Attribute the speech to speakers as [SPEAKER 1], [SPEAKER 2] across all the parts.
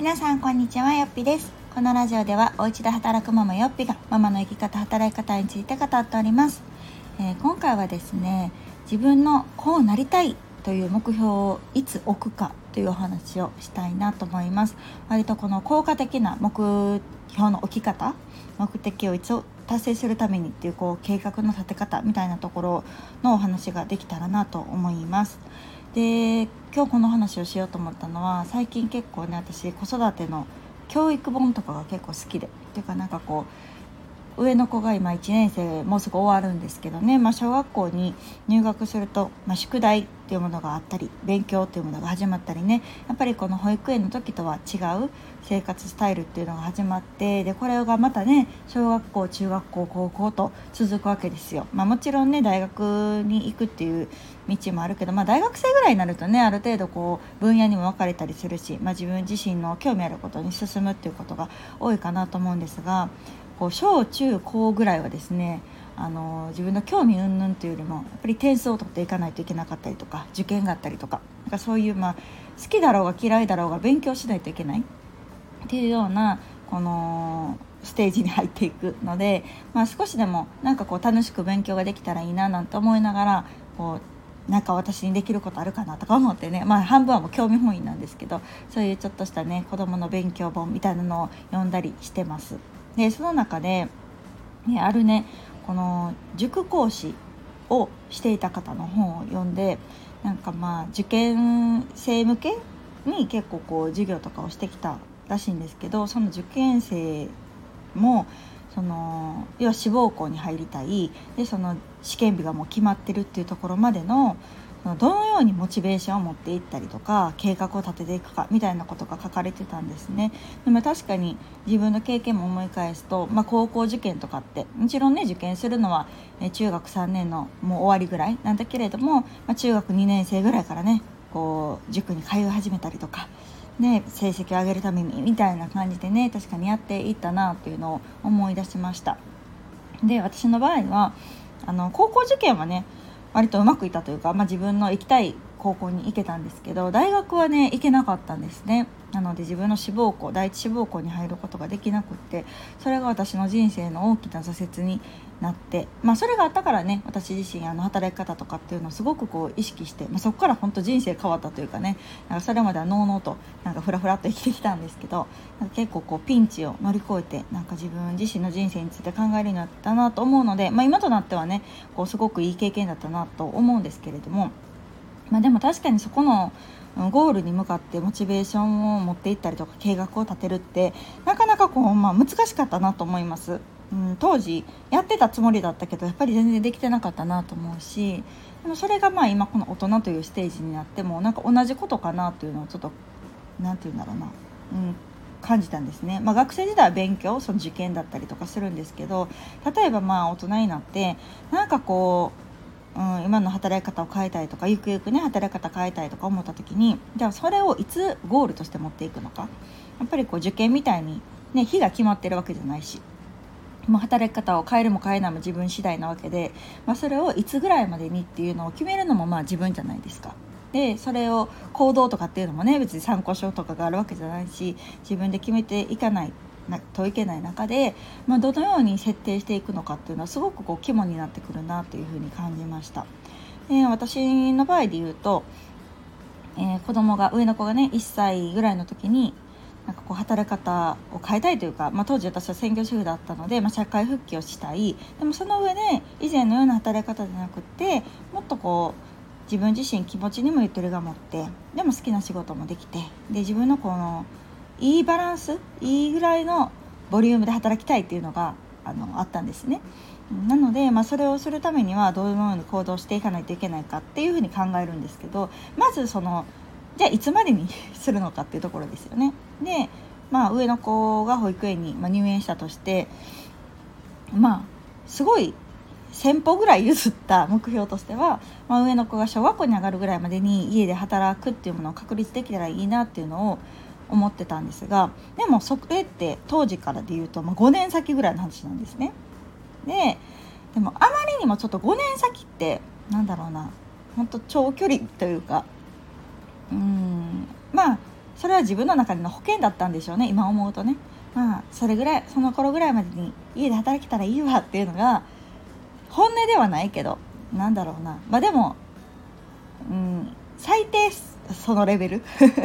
[SPEAKER 1] 皆さんこんにちは、よっぴです。このラジオではお家で働くママよっぴがママの生き方、働き方について語っております。今回はですね、自分のこうなりたいという目標をいつ置くかというお話をしたいなと思います。割とこの効果的な目標の置き方、目的をいつ達成するためにっていう計画の立て方みたいなところのお話ができたらなと思います。で、今日この話をしようと思ったのは、最近結構ね、私子育ての教育本とかが結構好きで、っていうか上の子が今1年生、もうすぐ終わるんですけどね、小学校に入学すると、宿題っていうものがあったり、勉強っていうものが始まったりね、やっぱりこの保育園の時とは違う生活スタイルっていうのが始まって、でこれがまたね、小学校、中学校、高校と続くわけですよ。もちろんね、大学に行くっていう道もあるけど、大学生ぐらいになるとね、ある程度分野にも分かれたりするし、自分自身の興味あることに進むっていうことが多いかなと思うんですが、小中高ぐらいはですね、自分の興味云々というよりもやっぱり点数を取っていかないといけなかったりとか、受験があったりとか、そういう好きだろうが嫌いだろうが勉強しないといけないっていうようなこのステージに入っていくので、少しでも楽しく勉強ができたらいいななんて思いながら、私にできることあるかなとか思ってね、半分はもう興味本位なんですけど、そういうちょっとしたね、子どもの勉強本みたいなのを読んだりしてます。でその中で、あるね、この塾講師をしていた方の本を読んで、受験生向けに結構授業とかをしてきたらしいんですけど、その受験生も要は志望校に入りたいで、その試験日がもう決まってるっていうところまでのどのようにモチベーションを持っていったりとか、計画を立てていくかみたいなことが書かれてたんですね。でも確かに自分の経験も思い返すと、高校受験とかってもちろんね、受験するのは中学3年のもう終わりぐらいなんだけれども、中学2年生ぐらいからね、塾に通い始めたりとかね、成績を上げるためにみたいな感じでね、確かにやっていったなっていうのを思い出しました。で、私の場合は高校受験はね、割とうまくいったというか、自分の行きたい高校に行けたんですけど、大学はね行けなかったんですね。なので自分の志望校、第一志望校に入ることができなくって、それが私の人生の大きな挫折になって、それがあったからね、私自身働き方とかっていうのをすごく意識して、そこから本当人生変わったというかね、それまではのうのうとフラフラっと生きてきたんですけど、結構ピンチを乗り越えて自分自身の人生について考えるようになったなと思うので、今となってはねすごくいい経験だったなと思うんですけれども、でも確かにそこのゴールに向かってモチベーションを持っていったりとか、計画を立てるってなかなか難しかったなと思います。当時やってたつもりだったけど、やっぱり全然できてなかったなと思うし、でもそれが今この大人というステージになっても同じことかなというのをちょっとなんていうんだろうな、感じたんですね。学生時代は勉強、その受験だったりとかするんですけど、例えば大人になって今の働き方を変えたいとか、ゆくゆくね働き方変えたいとか思った時に、じゃあそれをいつゴールとして持っていくのか。やっぱり受験みたいにね、日が決まってるわけじゃないし、働き方を変えるも変えないも自分次第なわけで、それをいつぐらいまでにっていうのを決めるのも自分じゃないですか。でそれを行動とかっていうのもね、別に参考書とかがあるわけじゃないし、自分で決めていかないといけない中で、どのように設定していくのかっていうのはすごく肝になってくるなというふうに感じました。で、私の場合で言うと、上の子がね1歳ぐらいの時に働き方を変えたいというか、当時私は専業主婦だったので、社会復帰をしたい。でもその上で以前のような働き方じゃなくって、もっと自分自身気持ちにもゆとりが持って、でも好きな仕事もできて、で自分のいいバランス、いいぐらいのボリュームで働きたいっていうのがあったんですね。なので、それをするためにはどのように行動していかないといけないかっていうふうに考えるんですけど、まずじゃあいつまでにするのかっていうところですよね。で、上の子が保育園に入園したとして、すごい1000歩ぐらい譲った目標としては、上の子が小学校に上がるぐらいまでに家で働くっていうものを確立できたらいいなっていうのを思ってたんですが、でもそれって当時からで言うと5年先ぐらいの話なんですね。でもあまりにもちょっと5年先って本当長距離というか、 それは自分の中での保険だったんでしょうね、今思うとね。それぐらい、その頃ぐらいまでに家で働けたらいいわっていうのが本音ではないけど、なんだろうな、でも、最低そのレベル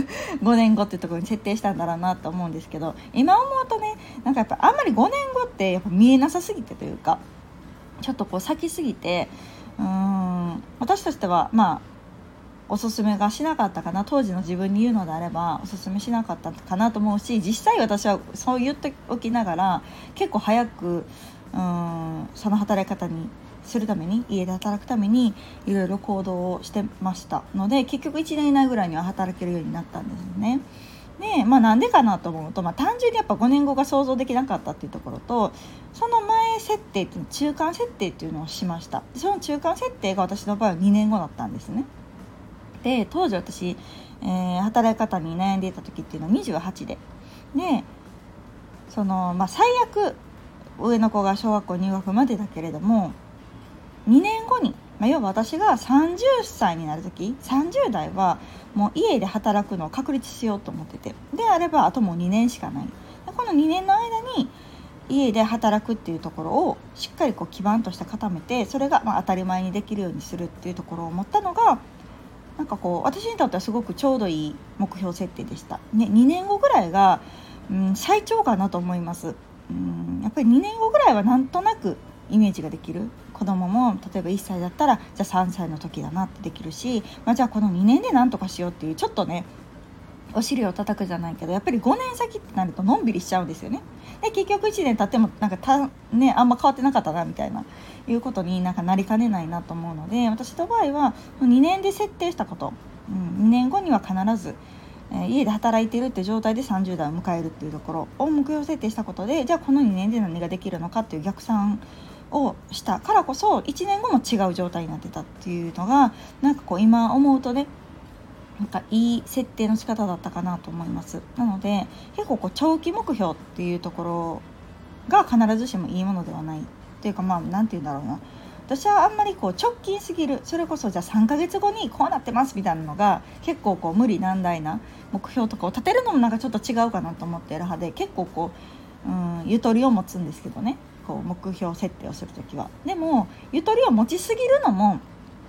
[SPEAKER 1] 5年後っていうところに設定したんだろうなと思うんですけど、今思うとね、なんかやっぱあんまり5年後ってやっぱ見えなさすぎてというか、ちょっとこう先すぎて、私としてはおすすめがしなかったかな。当時の自分に言うのであればおすすめしなかったかなと思うし、実際私はそう言っておきながら結構早くその働き方にするために、家で働くためにいろいろ行動をしてましたので、結局1年以内ぐらいには働けるようになったんですよね。で、なんでかなと思うと、単純にやっぱ5年後が想像できなかったっていうところと、その前設定っていうの、中間設定っていうのをしました。その中間設定が私の場合は2年後だったんですね。で、当時私、働き方に悩んでいた時っていうのは28で、その、最悪上の子が小学校入学までだけれども、2年後に、要は私が30歳になる時、30代はもう家で働くのを確立しようと思ってて、であればあともう2年しかない。この2年の間に家で働くっていうところをしっかりこう基盤として固めて、それが当たり前にできるようにするっていうところを持ったのが、なんかこう私にとってはすごくちょうどいい目標設定でした、2年後ぐらいが、最長かなと思います。やっぱり2年後ぐらいはなんとなくイメージができる。子供も例えば1歳だったらじゃあ3歳の時だなってできるし、じゃあこの2年でなんとかしようっていう、ちょっとねお尻を叩くじゃないけど、やっぱり5年先ってなるとのんびりしちゃうんですよね。で結局1年経ってもなんかあんま変わってなかったなみたいないうことになりかねないなと思うので、私の場合は2年で設定したこと、2年後には必ず、家で働いているって状態で30代を迎えるっていうところを目標設定したことで、じゃあこの2年で何ができるのかっていう逆算をしたからこそ1年後も違う状態になってたっていうのが、こう今思うとね、いい設定の仕方だったかなと思います。なので結構こう長期目標っていうところが必ずしもいいものではないっていうか、なんて言うんだろうな、私はあんまりこう直近すぎる、それこそじゃあ3ヶ月後にこうなってますみたいなのが結構こう無理難題な目標とかを立てるのもちょっと違うかなと思っている派で、結構こう、ゆとりを持つんですけどね、こう目標設定をするときは。でもゆとりを持ちすぎるのも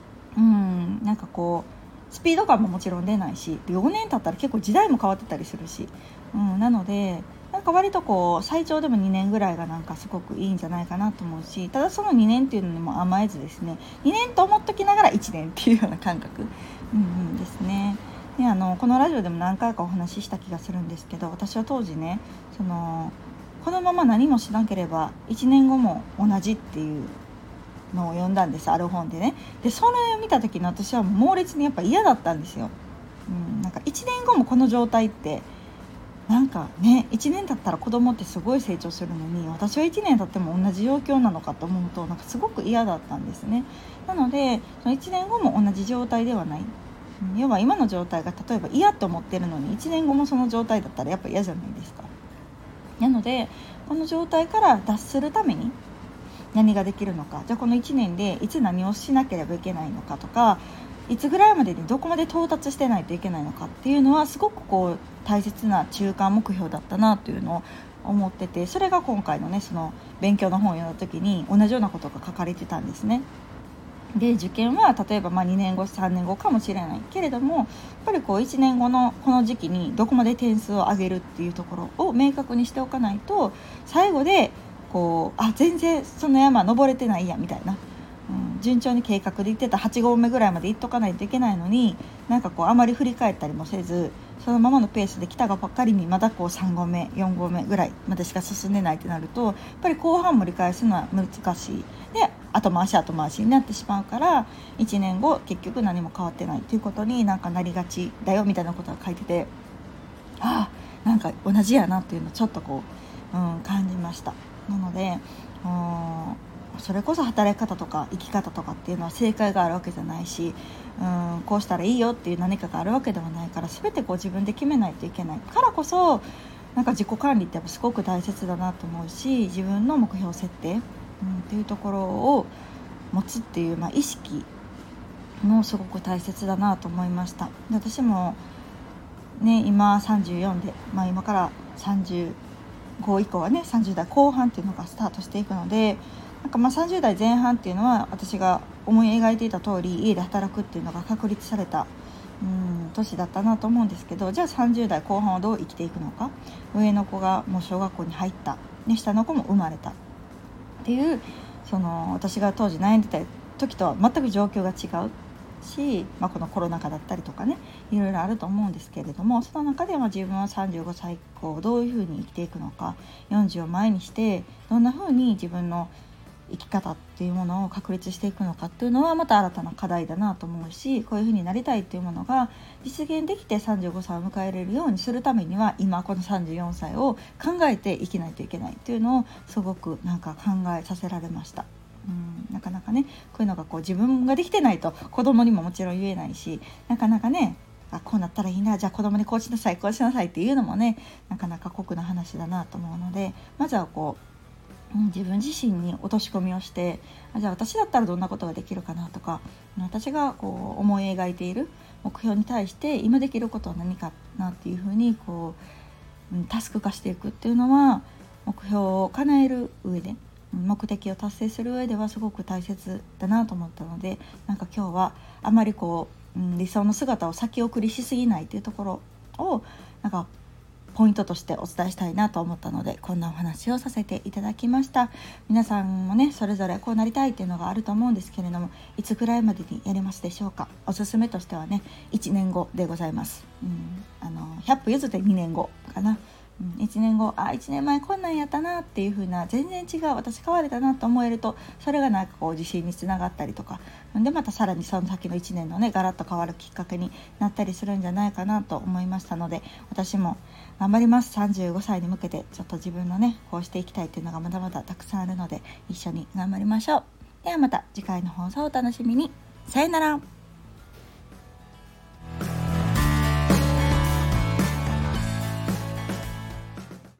[SPEAKER 1] こうスピード感ももちろん出ないし、4年経ったら結構時代も変わってたりするし、なので割とこう最長でも2年ぐらいがすごくいいんじゃないかなと思うし、ただその2年っていうのにも甘えずですね、2年と思っときながら1年っていうような感覚、ですね。でこのラジオでも何回かお話しした気がするんですけど、私は当時ね、このまま何もしなければ1年後も同じっていうのを読んだんです、ある本でね。でそれを見た時に私は猛烈にやっぱ嫌だったんですよ。1年後もこの状態って1年経ったら子供ってすごい成長するのに、私は1年経っても同じ状況なのかと思うとすごく嫌だったんですね。なのでその1年後も同じ状態ではない、要は今の状態が例えば嫌と思ってるのに1年後もその状態だったらやっぱ嫌じゃないですか。なのでこの状態から脱するために何ができるのか、じゃあこの1年でいつ何をしなければいけないのかとか、いつぐらいまでにどこまで到達してないといけないのかっていうのはすごくこう大切な中間目標だったなというのを思ってて、それが今回のねその勉強の本を読んだ時に同じようなことが書かれてたんですね。で受験は例えば2年後3年後かもしれないけれども、やっぱりこう1年後のこの時期にどこまで点数を上げるっていうところを明確にしておかないと、最後でこう全然その山登れてないやみたいな、順調に計画で行ってた8合目ぐらいまで行っとかないといけないのに、こうあまり振り返ったりもせず、そのままのペースで来たがばっかりにまだこう3合目4合目ぐらいまでしか進んでないってなると、やっぱり後半盛り返すのは難しいで、後回しになってしまうから、1年後結局何も変わってないっていうことになりがちだよみたいなことが書いてて、同じやなっていうのをちょっとこう、感じました。なのでそれこそ働き方とか生き方とかっていうのは正解があるわけじゃないし、こうしたらいいよっていう何かがあるわけではないから、全てこう自分で決めないといけないからこそ、自己管理ってやっぱすごく大切だなと思うし、自分の目標設定、っていうところを持つっていう、意識もすごく大切だなと思いました。で私もね、今34で、今から35以降はね30代後半っていうのがスタートしていくので、30代前半っていうのは私が思い描いていた通り家で働くっていうのが確立された年だったなと思うんですけど、じゃあ30代後半はどう生きていくのか。上の子がもう小学校に入った、下の子も生まれたっていう、私が当時悩んでた時とは全く状況が違うし、このコロナ禍だったりとかね、いろいろあると思うんですけれども、その中で自分は35歳以降どういうふうに生きていくのか、40を前にしてどんなふうに自分の生き方っていうものを確立していくのかっていうのはまた新たな課題だなと思うし、こういうふうになりたいっていうものが実現できて35歳を迎えれるようにするためには、今この34歳を考えて生きないといけないっていうのをすごく考えさせられました。なかなかね、こういうのが自分ができてないと子供にももちろん言えないし、なかなかね、こうなったらいいな、じゃあ子供にこうしなさいこうしなさいっていうのもね、なかなか酷な話だなと思うので、まずは自分自身に落とし込みをして、じゃあ私だったらどんなことができるかなとか、私が思い描いている目標に対して今できることは何かなっていうふうにタスク化していくっていうのは、目標を叶える上で、目的を達成する上ではすごく大切だなと思ったので、今日はあまり理想の姿を先送りしすぎないっていうところをポイントとしてお伝えしたいなと思ったので、こんなお話をさせていただきました。皆さんもね、それぞれこうなりたいっていうのがあると思うんですけれども、いつくらいまでにやりますでしょうか。おすすめとしてはね、1年後でございます。100歩譲って2年後かな。1年後、1年前こんなんやったなっていう風な、全然違う、私変われたなと思えると、それが自信につながったりとかで、またさらにその先の1年のね、ガラッと変わるきっかけになったりするんじゃないかなと思いましたので、私も頑張ります。35歳に向けてちょっと自分のね、こうしていきたいっていうのがまだまだたくさんあるので、一緒に頑張りましょう。ではまた次回の放送をお楽しみに。さよなら。